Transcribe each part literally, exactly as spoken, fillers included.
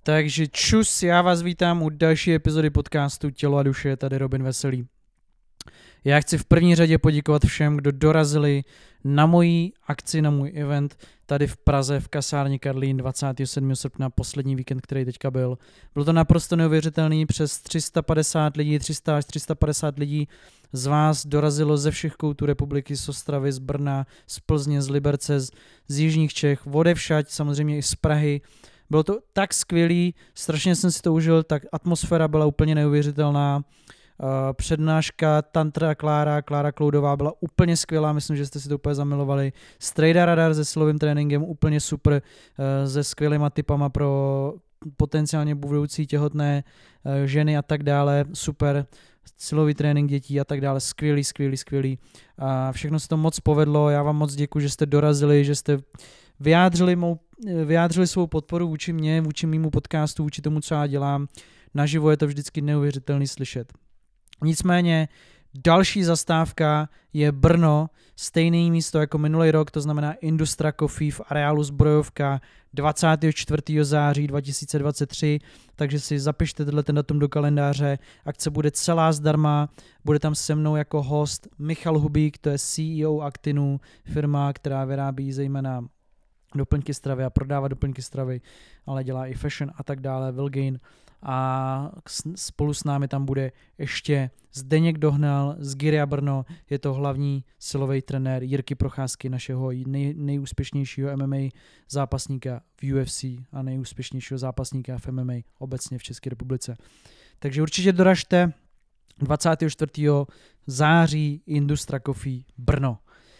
Takže čus, já vás vítám u další epizody podcastu Tělo a duše, tady Robin Veselý. Já chci v první řadě poděkovat všem, kdo dorazili na moji akci, na můj event tady v Praze v kasárně Karlín dvacátého sedmého srpna, poslední víkend, který teďka byl. Bylo to naprosto neuvěřitelný, přes tři sta padesát lidí, tři sta až tři sta padesát lidí z vás dorazilo ze všech koutů republiky, z Ostravy, z Brna, z Plzně, z Liberce, z, z jižních Čech, odevšať, samozřejmě i z Prahy. Bylo to tak skvělý, strašně jsem si to užil, tak atmosféra byla úplně neuvěřitelná. Uh, přednáška Tantra Klára, Klára Kloudová byla úplně skvělá, myslím, že jste si to úplně zamilovali. Strejda Radar se silovým tréninkem, úplně super, uh, se skvělýma tipama pro potenciálně budoucí těhotné uh, ženy a tak dále, super. Silový trénink dětí a tak dále, skvělý, skvělý, skvělý. A všechno se to moc povedlo, já vám moc děkuji, že jste dorazili, že jste vyjádřili, mou, vyjádřili svou podporu vůči mně, vůči mému podcastu, vůči tomu, co já dělám. Naživo je to vždycky neuvěřitelný slyšet. Nicméně další zastávka je Brno, stejné místo jako minulý rok, to znamená Industra Coffee v areálu Zbrojovka dvacátého čtvrtého září dva tisíce dvacet tři, takže si zapište tenhle ten datum do kalendáře. Akce bude celá zdarma, bude tam se mnou jako host Michal Hubík, to je C E O Actinu, firma, která vyrábí zejména doplňky stravy a prodává doplňky stravy, ale dělá i fashion a tak dále, Vilgain. A spolu s námi tam bude ještě Zdeněk Dohnal z Gyria Brno, je to hlavní silový trenér Jirky Procházky, našeho nej, nejúspěšnějšího M M A zápasníka v U F C a nejúspěšnějšího zápasníka v M M A obecně v České republice. Takže určitě doražte dvacátého čtvrtého září Industra Coffee Brno.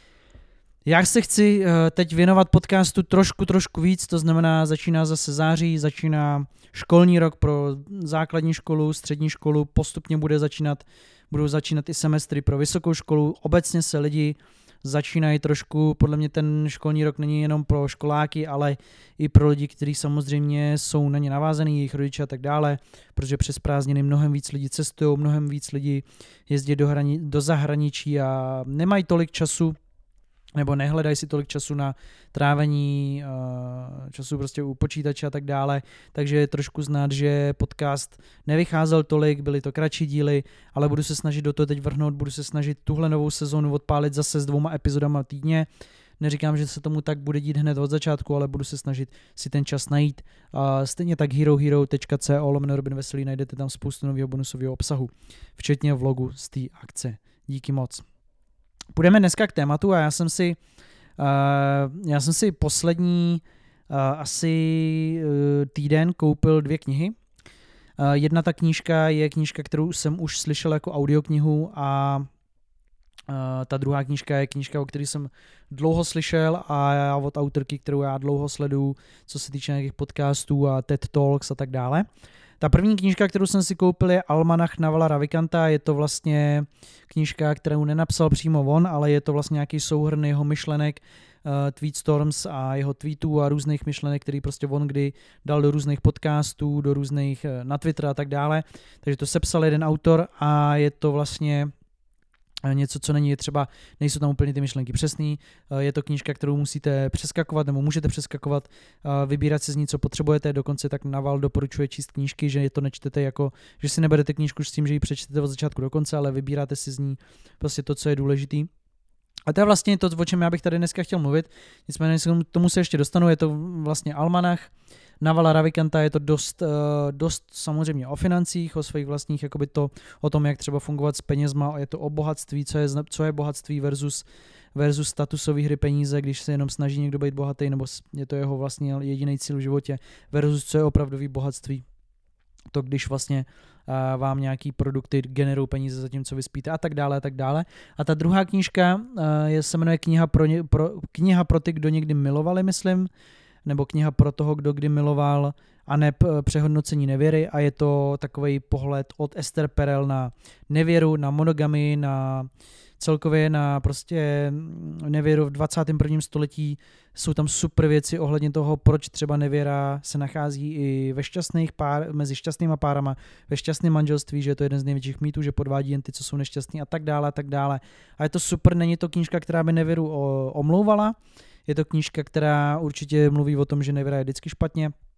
Já se chci teď věnovat podcastu trošku, trošku víc, to znamená začíná zase září, začíná školní rok pro základní školu, střední školu, postupně bude začínat, budou začínat i semestry pro vysokou školu, obecně se lidi začínají trošku, podle mě ten školní rok není jenom pro školáky, ale i pro lidi, kteří samozřejmě jsou na ně navázaný, jejich rodiče a tak dále, protože přes prázdniny mnohem víc lidí cestují, mnohem víc lidí jezdí do, hrani- do zahraničí a nemají tolik času, nebo nehledají si tolik času na trávení uh, času prostě u počítače a tak dále, takže je trošku znát, že podcast nevycházel tolik, byly to kratší díly, ale budu se snažit do toho teď vrhnout, budu se snažit tuhle novou sezónu odpálit zase s dvouma epizodama týdně. Neříkám, že se tomu tak bude dít hned od začátku, ale budu se snažit si ten čas najít. Uh, stejně tak herohero tečka co lomeno Robin Veselý, najdete tam spoustu nového bonusového obsahu, včetně vlogu z té akce. Díky moc. Půjdeme dneska k tématu a já jsem si, uh, já jsem si poslední uh, asi uh, týden koupil dvě knihy. Uh, jedna ta knížka je knížka, kterou jsem už slyšel jako audioknihu a uh, ta druhá knížka je knížka, o které jsem dlouho slyšel a od autorky, kterou já dlouho sleduju, co se týče nějakých podcastů a TED Talks a tak dále. Ta první knížka, kterou jsem si koupil, je Almanach Navala Ravikanta. Je to vlastně knížka, kterou nenapsal přímo on, ale je to vlastně nějaký souhrn jeho myšlenek, uh, Tweetstorms a jeho tweetů a různých myšlenek, který prostě on kdy dal do různých podcastů, do různých uh, na Twitter a tak dále. Takže to sepsal jeden autor a je to vlastně něco, co není třeba, nejsou tam úplně ty myšlenky přesný, je to knížka, kterou musíte přeskakovat nebo můžete přeskakovat, vybírat si z ní, co potřebujete, dokonce tak Naval doporučuje číst knížky, že to nečtete jako, že si neberete knížku s tím, že ji přečtete od začátku do konce, ale vybíráte si z ní prostě to, co je důležitý. A to je vlastně to, o čem já bych tady dneska chtěl mluvit, nicméně k tomu se ještě dostanu, je to vlastně Almanach Navala Ravikanta, je to dost, dost samozřejmě o financích, o svých vlastních, jakoby to, o tom, jak třeba fungovat s penězma, je to o bohatství, co je, co je bohatství versus, versus statusové hry peníze, když se jenom snaží někdo být bohatý, nebo je to jeho vlastně jediný cíl v životě, versus co je opravdový bohatství. To, když vlastně uh, vám nějaký produkty generují peníze, zatímco vy spíte a tak dále a tak dále. A ta druhá knížka uh, je, se jmenuje kniha pro, ně, pro, kniha pro ty, kdo někdy milovali, myslím, nebo kniha pro toho, kdo kdy miloval, a ne přehodnocení nevěry, a je to takovej pohled od Esther Perel na nevěru, na monogamii, na celkově na prostě nevěru v dvacátém prvním století. Jsou tam super věci ohledně toho, proč třeba nevěra se nachází i ve šťastných pár, mezi šťastnýma párama, ve šťastném manželství, že je to jeden z největších mýtů, že podvádí jen ty, co jsou nešťastní a tak dále a tak dále. A je to super, není to knížka, která by nevěru omlouvala, je to knížka, která určitě mluví o tom, že nevěra je vždycky špatně,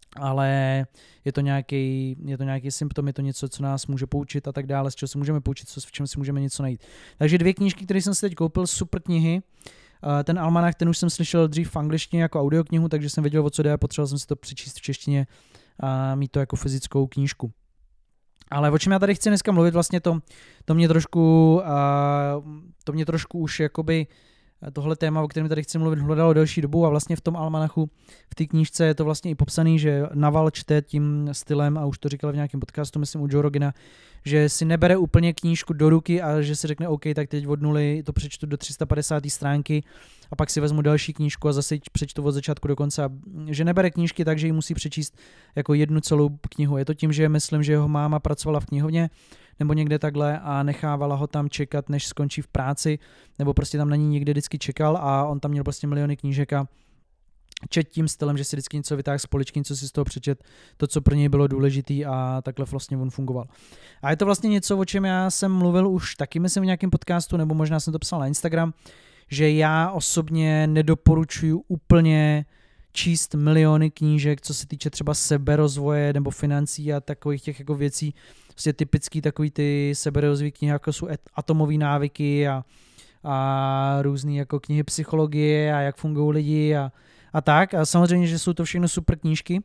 ale je to nějaký, je to nějaký symptom, je to něco, co nás může poučit a tak dále, z čeho se můžeme poučit, co, v čem si můžeme něco najít. Takže dvě knížky, které jsem si teď koupil, super knihy. Ten almanach, ten už jsem slyšel dřív v angličtině jako audioknihu, takže jsem věděl, o co jde, potřeboval jsem si to přečíst v češtině a mít to jako fyzickou knížku. Ale o čem já tady chci dneska mluvit, vlastně to, to mě trošku, uh, to mě trošku už jakoby tohle téma, o kterém tady chci mluvit, hledalo delší dobu a vlastně v tom almanachu, v té knížce je to vlastně i popsaný, že Naval čte tím stylem, a už to říkal v nějakém podcastu, myslím u Joe Rogana, že si nebere úplně knížku do ruky a že si řekne OK, tak teď od nuly to přečtu do tři sta padesáté stránky a pak si vezmu další knížku a zase přečtu od začátku do konce. Že nebere knížky tak, že ji musí přečíst jako jednu celou knihu. Je to tím, že myslím, že jeho máma pracovala v knihovně nebo někde takhle a nechávala ho tam čekat, než skončí v práci, nebo prostě tam na ní někde vždycky čekal a on tam měl prostě miliony knížek a čet tím stylem, že si vždycky něco vytáhl z poličky, co si z toho přečet, to, co pro něj bylo důležitý a takhle vlastně on fungoval. A je to vlastně něco, o čem já jsem mluvil už taky, myslím, v nějakém podcastu, nebo možná jsem to psal na Instagram, že já osobně nedoporučuji úplně číst miliony knížek, co se týče třeba seberozvoje nebo financí a takových těch jako věcí, prostě typický takový ty seberozvoj knihy, jako jsou atomové návyky a, a různý jako knihy psychologie a jak fungují lidi a, a tak. A samozřejmě, že jsou to všechno super knížky.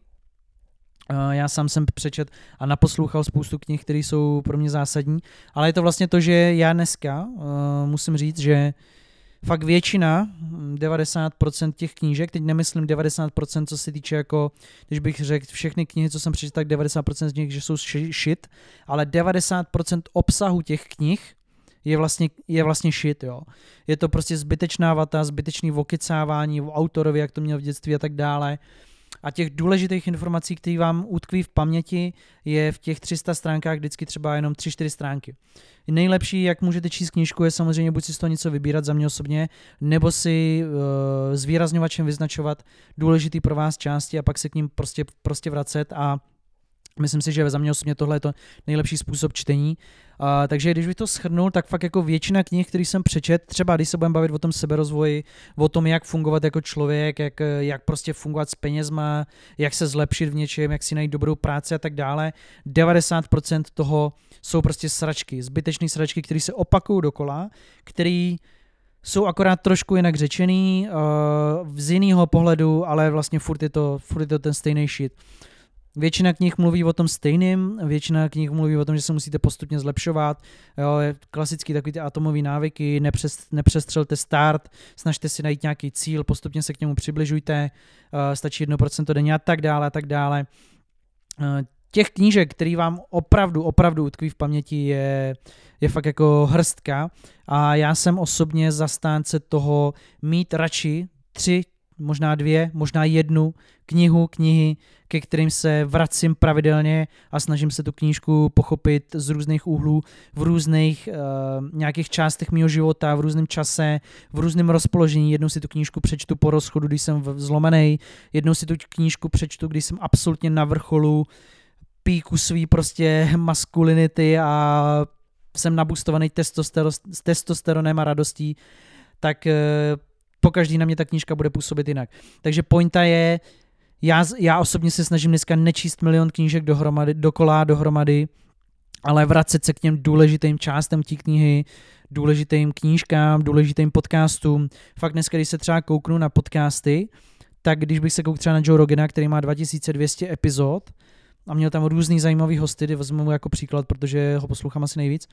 Já sám jsem přečet a naposlouchal spoustu knih, které jsou pro mě zásadní, ale je to vlastně to, že já dneska uh, musím říct, že fakt většina, devadesát procent těch knížek, teď nemyslím devadesát procent, co se týče jako, když bych řekl všechny knihy, co jsem přečetl, tak devadesát procent z nich, že jsou shit, ale devadesát procent obsahu těch knih je vlastně, je vlastně shit, jo. Je to prostě zbytečná vata, zbytečný vokecávání o autorovi, jak to měl v dětství a tak dále. A těch důležitých informací, které vám utkví v paměti, je v těch tři sta stránkách vždycky třeba jenom tři čtyři stránky. Nejlepší, jak můžete číst knížku, je samozřejmě buď si z toho něco vybírat za mě osobně, nebo si uh, s výrazňovačem vyznačovat důležitý pro vás části a pak se k ním prostě, prostě vracet a myslím si, že za mě osobně tohle je to nejlepší způsob čtení. Uh, takže když bych to shrnul, tak fakt jako většina knih, který jsem přečet, třeba když se budeme bavit o tom seberozvoji, o tom, jak fungovat jako člověk, jak, jak prostě fungovat s penězma, jak se zlepšit v něčem, jak si najít dobrou práci a tak dále, devadesát procent toho jsou prostě sračky, zbytečné sračky, které se opakují dokola, které jsou akorát trošku jinak řečený, uh, z jiného pohledu, ale vlastně furt je to, furt je to ten stejný shit. Většina knih mluví o tom stejným, většina knih mluví o tom, že se musíte postupně zlepšovat, jo, klasicky takový ty atomové návyky, nepřes, nepřestřelte start, snažte si najít nějaký cíl, postupně se k němu přibližujte, uh, stačí jedno procento denně a tak dále a tak dále. Uh, těch knížek, který vám opravdu, opravdu utkví v paměti, je, je fakt jako hrstka a já jsem osobně zastánce toho mít radši tři, možná dvě, možná jednu knihu, knihy, ke kterým se vracím pravidelně a snažím se tu knížku pochopit z různých úhlů, v různých uh, nějakých částech mého života, v různém čase, v různém rozpoložení. Jednou si tu knížku přečtu po rozchodu, když jsem zlomený, jednou si tu knížku přečtu, když jsem absolutně na vrcholu píku svý prostě maskulinity a jsem nabustovaný testostero- s testosteronem a radostí, tak uh, pokaždý na mě ta knížka bude působit jinak. Takže pointa je, já, já osobně se snažím dneska nečíst milion knížek dohromady, dokola dohromady, ale vracet se k těm důležitým částem té knihy, důležitým knížkám, důležitým podcastům. Fakt dneska, když se třeba kouknu na podcasty, tak když bych se koukl třeba na Joe Rogana, který má dva tisíce dvě stě epizod a měl tam různý zajímavý hosty, vezmu mu jako příklad, protože ho poslouchám asi nejvíc,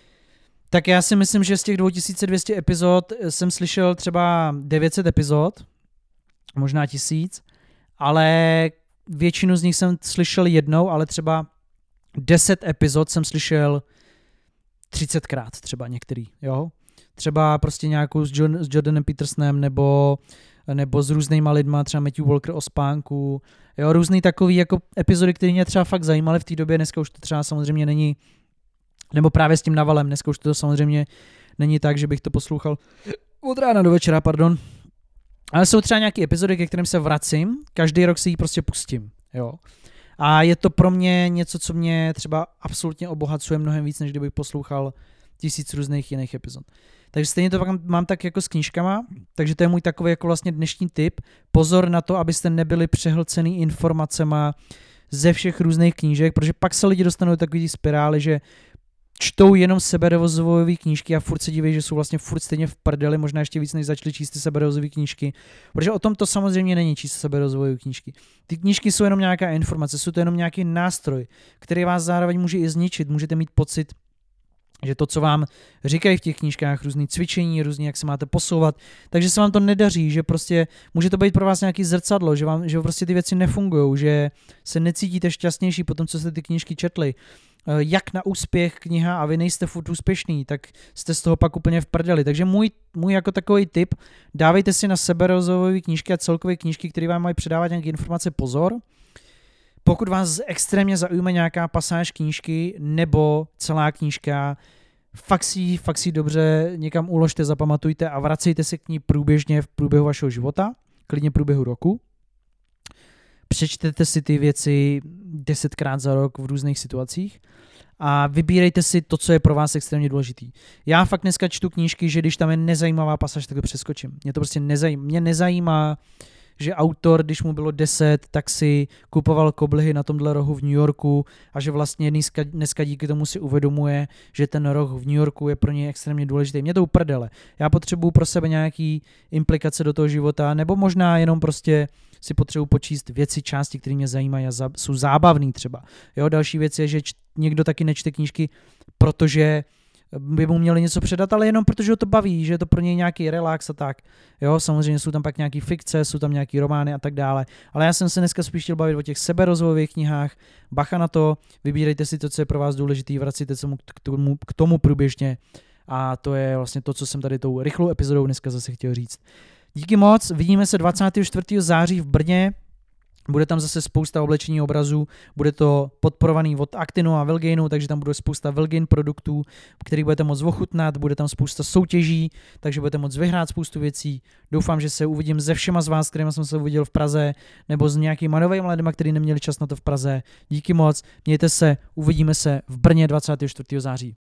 tak já si myslím, že z těch dva tisíce dvě stě epizod jsem slyšel třeba devět set epizod, možná tisíc, ale většinu z nich jsem slyšel jednou, ale třeba deset epizod jsem slyšel třicetkrát třeba některý, jo. Třeba prostě nějakou s, John, s Jordanem Petersonem nebo, nebo s různýma lidma, třeba Matthew Walker o spánku, jo, různý takový jako epizody, které mě třeba fakt zajímaly v té době, dneska už to třeba samozřejmě není, nebo právě s tím Navalem, dneska už to samozřejmě není tak, že bych to poslouchal od rána do večera, pardon. Ale jsou třeba nějaké epizody, ke kterým se vracím, každý rok si ji prostě pustím, jo. A je to pro mě něco, co mě třeba absolutně obohacuje mnohem víc, než kdybych poslouchal tisíc různých jiných epizod. Takže stejně to pak mám tak jako s knížkama, takže to je můj takový jako vlastně dnešní tip. Pozor na to, abyste nebyli přehlcený informacema ze všech různých knížek, protože pak se lidi dostanou do takový spirály, že čtou jenom seberozvojové knížky a furt se diví, že jsou vlastně furt stejně v prdeli, možná ještě víc, než začali číst ty seberozvojové knížky. Protože o tom to samozřejmě není číst seberozvojové knížky. Ty knížky jsou jenom nějaká informace, jsou to jenom nějaký nástroj, který vás zároveň může i zničit. Můžete mít pocit, že to, co vám říkají v těch knížkách, různý cvičení, různý, jak se máte posouvat, takže se vám to nedaří, že prostě může to být pro vás nějaký zrcadlo, že vám, že prostě ty věci nefungují, že se necítíte šťastnější po tom, co jste ty knížky četli. Jak na úspěch kniha a vy nejste furt úspěšný, tak jste z toho pak úplně v prdeli. Takže můj, můj jako takový tip, dávejte si na seberozvojové knížky a celkové knížky, které vám mají předávat nějaké informace, pozor. Pokud vás extrémně zaujme nějaká pasáž knížky nebo celá knížka, fakt si, fakt si dobře někam uložte, zapamatujte a vracejte se k ní průběžně v průběhu vašeho života, klidně v průběhu roku. Přečtěte si ty věci desetkrát za rok v různých situacích a vybírejte si to, co je pro vás extrémně důležitý. Já fakt dneska čtu knížky, že když tam je nezajímavá pasáž, tak to přeskočím. Mě to prostě nezajímá. Mě nezajímá, že autor, když mu bylo deset, tak si kupoval koblihy na tomhle rohu v New Yorku a že vlastně dneska, dneska díky tomu si uvědomuje, že ten roh v New Yorku je pro něj extrémně důležitý. Mě to uprdele. Já potřebuju pro sebe nějaký implikace do toho života, nebo možná jenom prostě si potřebuji počíst věci, části, které mě zajímají a za, jsou zábavný třeba. Jo, další věc je, že č- někdo taky nečte knížky, protože by mu měli něco předat, ale jenom protože ho to baví, že je to pro něj nějaký relax a tak. Jo, samozřejmě jsou tam pak nějaký fikce, jsou tam nějaký romány a tak dále. Ale já jsem se dneska spíš chtěl bavit o těch seberozvojových knihách. Bacha na to, vybírejte si to, co je pro vás důležitý, vracíte se k tomu, k tomu průběžně. A to je vlastně to, co jsem tady tou rychlou epizodou dneska zase chtěl říct. Díky moc, vidíme se dvacátého čtvrtého září v Brně. Bude tam zase spousta oblečení obrazů, bude to podporovaný od Actinu a Vilgainu, takže tam bude spousta Vilgain produktů, který budete moct ochutnat, bude tam spousta soutěží, takže budete moct vyhrát spoustu věcí. Doufám, že se uvidím se všema z vás, kterými jsem se uviděl v Praze, nebo s nějakýma novými lidmi, kteří neměli čas na to v Praze. Díky moc, mějte se, uvidíme se v Brně dvacátého čtvrtého září.